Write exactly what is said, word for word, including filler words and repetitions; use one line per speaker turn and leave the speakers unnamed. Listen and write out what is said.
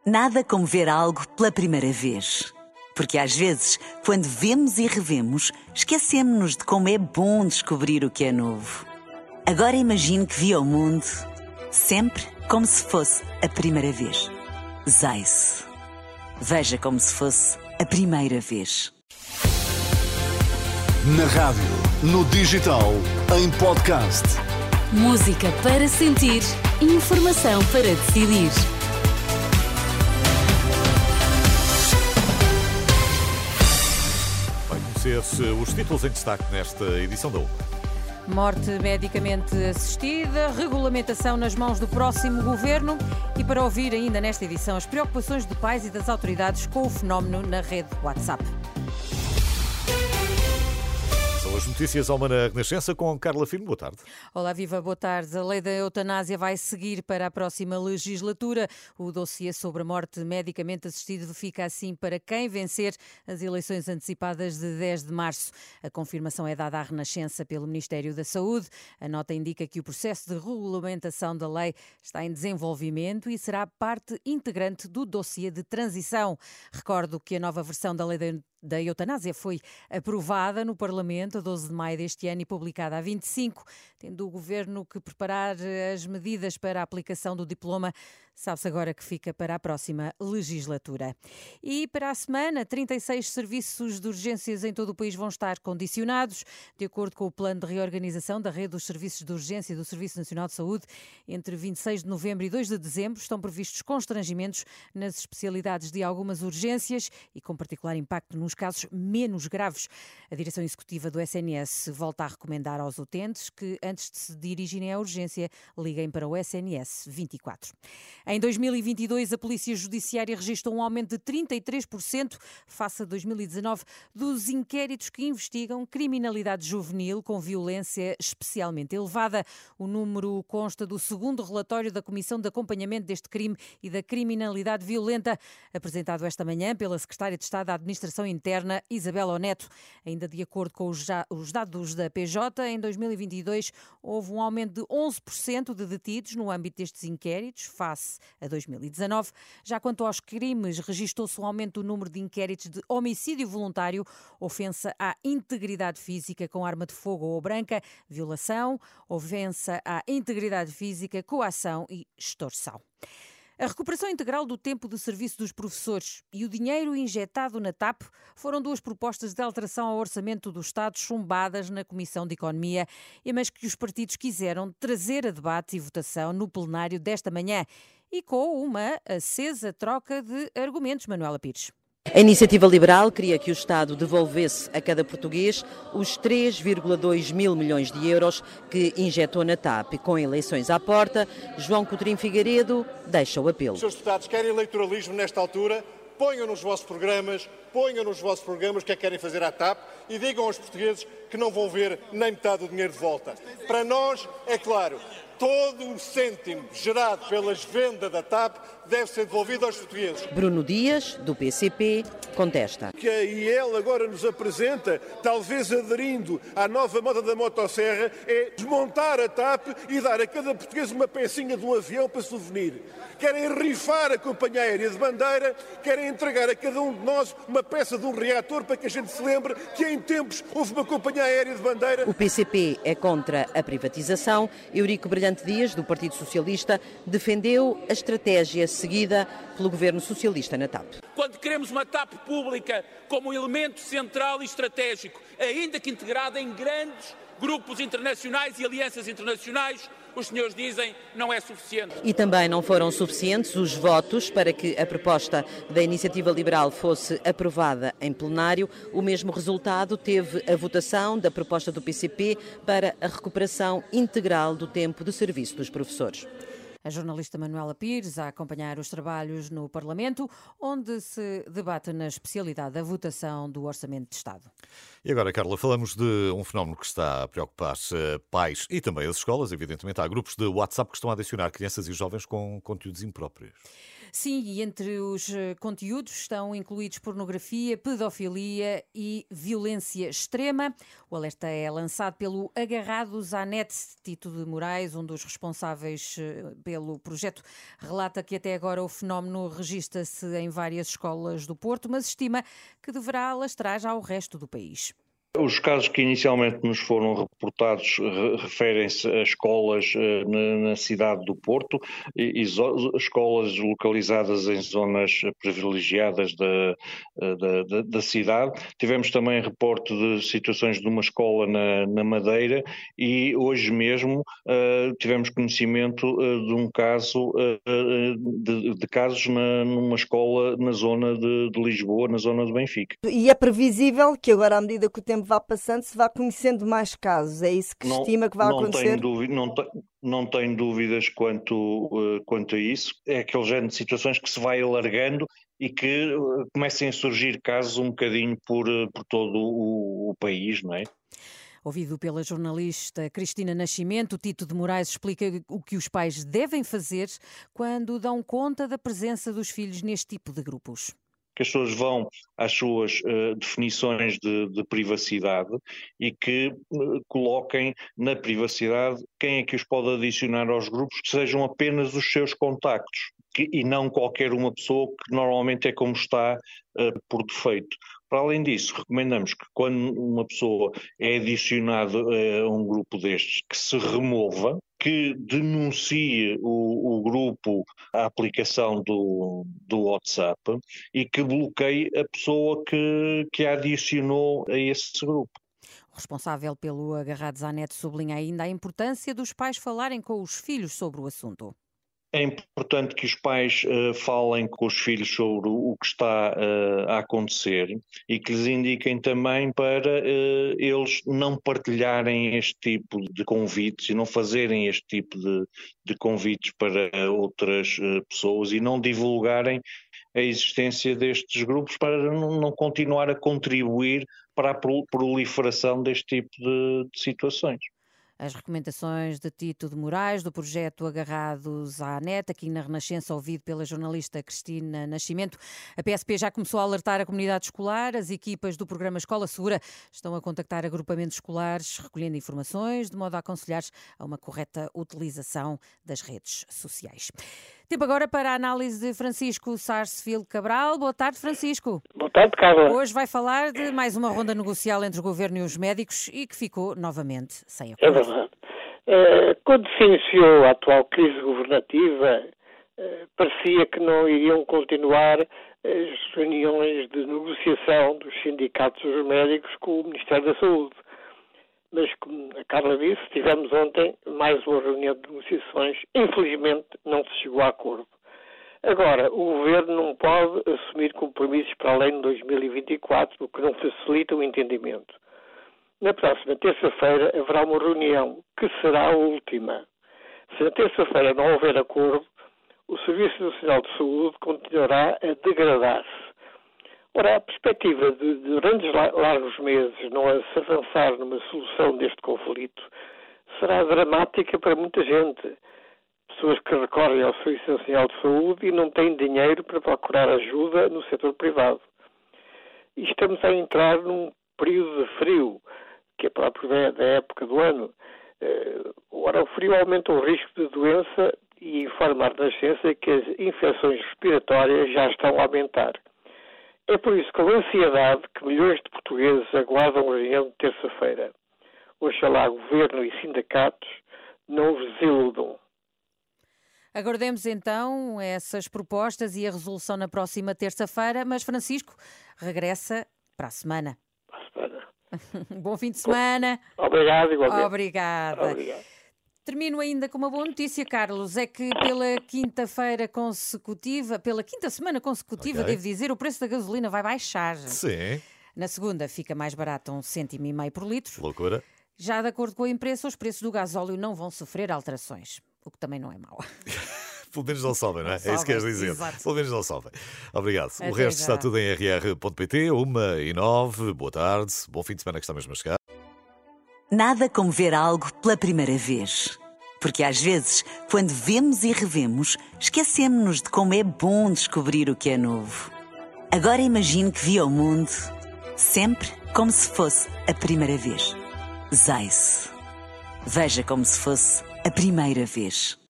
Nada como ver algo pela primeira vez. Porque às vezes, quando vemos e revemos, esquecemos-nos de como é bom descobrir o que é novo. Agora imagine que viu o mundo sempre como se fosse a primeira vez. Zais. Veja como se fosse a primeira vez.
Na rádio, no digital, em podcast.
Música para sentir, informação para decidir.
Vai conhecer os títulos em destaque nesta edição da U.
Morte medicamente assistida, regulamentação nas mãos do próximo governo e para ouvir ainda nesta edição as preocupações de pais e das autoridades com o fenómeno na rede WhatsApp.
São as notícias ao Mana Renascença com Carla Firmo. Boa tarde.
Olá, viva, boa tarde. A lei da eutanásia vai seguir para a próxima legislatura. O dossiê sobre a morte medicamente assistida fica assim para quem vencer as eleições antecipadas de dez de março. A confirmação é dada à Renascença pelo Ministério da Saúde. A nota indica que o processo de regulamentação da lei está em desenvolvimento e será parte integrante do dossiê de transição. Recordo que a nova versão da lei da da eutanásia foi aprovada no Parlamento a doze de maio deste ano e publicada a vinte e cinco, tendo o Governo que preparar as medidas para a aplicação do diploma. Sabe-se agora que fica para a próxima legislatura. E para a semana, trinta e seis serviços de urgências em todo o país vão estar condicionados. De acordo com o plano de reorganização da rede dos serviços de urgência do Serviço Nacional de Saúde, entre vinte e seis de novembro e dois de dezembro estão previstos constrangimentos nas especialidades de algumas urgências e com particular impacto nos casos menos graves. A direção executiva do S N S volta a recomendar aos utentes que, antes de se dirigirem à urgência, liguem para o S N S vinte e quatro. Em dois mil e vinte e dois, a Polícia Judiciária registrou um aumento de trinta e três por cento face a dois mil e dezanove dos inquéritos que investigam criminalidade juvenil com violência especialmente elevada. O número consta do segundo relatório da Comissão de Acompanhamento deste crime e da criminalidade violenta, apresentado esta manhã pela Secretária de Estado da Administração Interna, Isabela Neto. Ainda de acordo com os dados da P J, em dois mil e vinte e dois houve um aumento de onze por cento de detidos no âmbito destes inquéritos, face a dois mil e dezanove. Já quanto aos crimes, registou-se um aumento do número de inquéritos de homicídio voluntário, ofensa à integridade física com arma de fogo ou branca, violação, ofensa à integridade física, coação e extorsão. A recuperação integral do tempo de serviço dos professores e o dinheiro injetado na TAP foram duas propostas de alteração ao orçamento do Estado chumbadas na Comissão de Economia, mas que os partidos quiseram trazer a debate e votação no plenário desta manhã e com uma acesa troca de argumentos. Manuela Pires.
A Iniciativa Liberal queria que o Estado devolvesse a cada português os três vírgula dois mil milhões de euros que injetou na TAP. Com eleições à porta, João Coutinho Figueiredo deixa o apelo.
Os seus deputados querem eleitoralismo nesta altura? Ponham nos vossos programas, ponham nos vossos programas o que é que querem fazer à TAP e digam aos portugueses que não vão ver nem metade do dinheiro de volta. Para nós, é claro, todo o cêntimo gerado pelas vendas da TAP deve ser devolvido aos portugueses.
Bruno Dias, do P C P, contesta.
Que a I E L agora nos apresenta, talvez aderindo à nova moda da motosserra, é desmontar a TAP e dar a cada português uma pecinha de um avião para souvenir. Querem rifar a companhia aérea de bandeira, querem entregar a cada um de nós uma peça de um reator para que a gente se lembre que em tempos houve uma companhia aérea de bandeira.
O P C P é contra a privatização. Eurico Brilhante Dias, do Partido Socialista, defendeu a estratégia seguida pelo Governo Socialista na TAP.
Quando queremos uma TAP pública como elemento central e estratégico, ainda que integrada em grandes grupos internacionais e alianças internacionais, os senhores dizem não é suficiente.
E também não foram suficientes os votos para que a proposta da Iniciativa Liberal fosse aprovada em plenário. O mesmo resultado teve a votação da proposta do P C P para a recuperação integral do tempo de serviço dos professores.
A jornalista Manuela Pires a acompanhar os trabalhos no Parlamento, onde se debate na especialidade da votação do Orçamento de Estado.
E agora, Carla, falamos de um fenómeno que está a preocupar pais e também as escolas. Evidentemente, há grupos de WhatsApp que estão a adicionar crianças e jovens com conteúdos impróprios.
Sim, e entre os conteúdos estão incluídos pornografia, pedofilia e violência extrema. O alerta é lançado pelo Agarrados à Net. Tito de Moraes, um dos responsáveis pelo projeto, relata que até agora o fenómeno registra-se em várias escolas do Porto, mas estima que deverá alastrar já ao resto do país.
Os casos que inicialmente nos foram reportados referem-se a escolas na, na cidade do Porto, e, e escolas localizadas em zonas privilegiadas da, da, da, da cidade. Tivemos também reporte de situações de uma escola na, na Madeira e hoje mesmo uh, tivemos conhecimento uh, de um caso, uh, de, de casos na, numa escola na zona de, de Lisboa, na zona de Benfica.
E é previsível que agora, à medida que o tempo vá passando, se vá conhecendo mais casos. É isso que
não,
estima que vai
não
acontecer?
Tenho dúvida, não, te, não tenho dúvidas quanto, uh, quanto a isso. É aquele género de situações que se vai alargando e que uh, comecem a surgir casos um bocadinho por, uh, por todo o, o país, não é?
Ouvido pela jornalista Cristina Nascimento, Tito de Moraes explica o que os pais devem fazer quando dão conta da presença dos filhos neste tipo de grupos.
Que as pessoas vão às suas uh, definições de, de privacidade e que uh, coloquem na privacidade quem é que os pode adicionar aos grupos, que sejam apenas os seus contactos que, e não qualquer uma pessoa, que normalmente é como está uh, por defeito. Para além disso, recomendamos que quando uma pessoa é adicionada a um grupo destes, que se remova, que denuncie o, o grupo, a aplicação do, do WhatsApp e que bloqueie a pessoa que, que a adicionou a esse grupo.
O responsável pelo Agarrados à Net sublinha ainda a importância dos pais falarem com os filhos sobre o assunto.
É importante que os pais uh, falem com os filhos sobre o que está uh, a acontecer e que lhes indiquem também para uh, eles não partilharem este tipo de convites e não fazerem este tipo de, de convites para outras uh, pessoas e não divulgarem a existência destes grupos para não, não continuar a contribuir para a proliferação deste tipo de, de situações.
As recomendações de Tito de Moraes, do projeto Agarrados à Net, aqui na Renascença, ouvido pela jornalista Cristina Nascimento. A P S P já começou a alertar a comunidade escolar. As equipas do programa Escola Segura estão a contactar agrupamentos escolares, recolhendo informações, de modo a aconselhar a uma correta utilização das redes sociais. Tempo agora para a análise de Francisco Sarsfield Cabral. Boa tarde, Francisco.
Boa tarde, Carla.
Hoje vai falar de mais uma ronda negocial entre o Governo e os médicos e que ficou novamente sem acordo.
É verdade. Uh, quando se iniciou a atual crise governativa, uh, parecia que não iriam continuar as reuniões de negociação dos sindicatos dos médicos com o Ministério da Saúde. Mas, como a Carla disse, tivemos ontem mais uma reunião de negociações. Infelizmente, não se chegou a acordo. Agora, o Governo não pode assumir compromissos para além de dois mil e vinte e quatro, o que não facilita o entendimento. Na próxima terça-feira haverá uma reunião, que será a última. Se na terça-feira não houver acordo, o Serviço Nacional de Saúde continuará a degradar-se. Ora, a perspectiva de, durante largos meses, não se avançar numa solução deste conflito, será dramática para muita gente. Pessoas que recorrem ao Serviço Nacional de Saúde e não têm dinheiro para procurar ajuda no setor privado. E estamos a entrar num período de frio, que é próprio da, da época do ano. Ora, o frio aumenta o risco de doença e informa a Renascença que as infecções respiratórias já estão a aumentar. É por isso, com ansiedade, que milhões de portugueses aguardam a reunião de terça-feira. Oxalá Governo e sindicatos não os desiludam.
Aguardemos então essas propostas e a resolução na próxima terça-feira, mas Francisco regressa para a semana.
Para a semana.
Bom fim de semana.
Obrigado, igualmente.
Obrigada.
Obrigado.
Termino ainda com uma boa notícia, Carlos, é que pela quinta-feira consecutiva, pela quinta semana consecutiva, okay. devo dizer, o preço da gasolina vai baixar.
Sim.
Na segunda fica mais barato, um cêntimo e meio por litro.
Loucura.
Já de acordo com a imprensa, os preços do gasóleo não vão sofrer alterações, o que também não é mau.
Pelo menos não sobem, não é?
Não
é isso que queres dizer.
Exato.
Pelo menos não sobem. Obrigado.
Até
o resto
já.
está tudo em r r ponto p t, uma e nove. Boa tarde. Bom fim de semana que está mesmo a chegar.
Nada como ver algo pela primeira vez. Porque às vezes, quando vemos e revemos, esquecemos-nos de como é bom descobrir o que é novo. Agora imagine que viu o mundo sempre como se fosse a primeira vez. Zais. Veja como se fosse a primeira vez.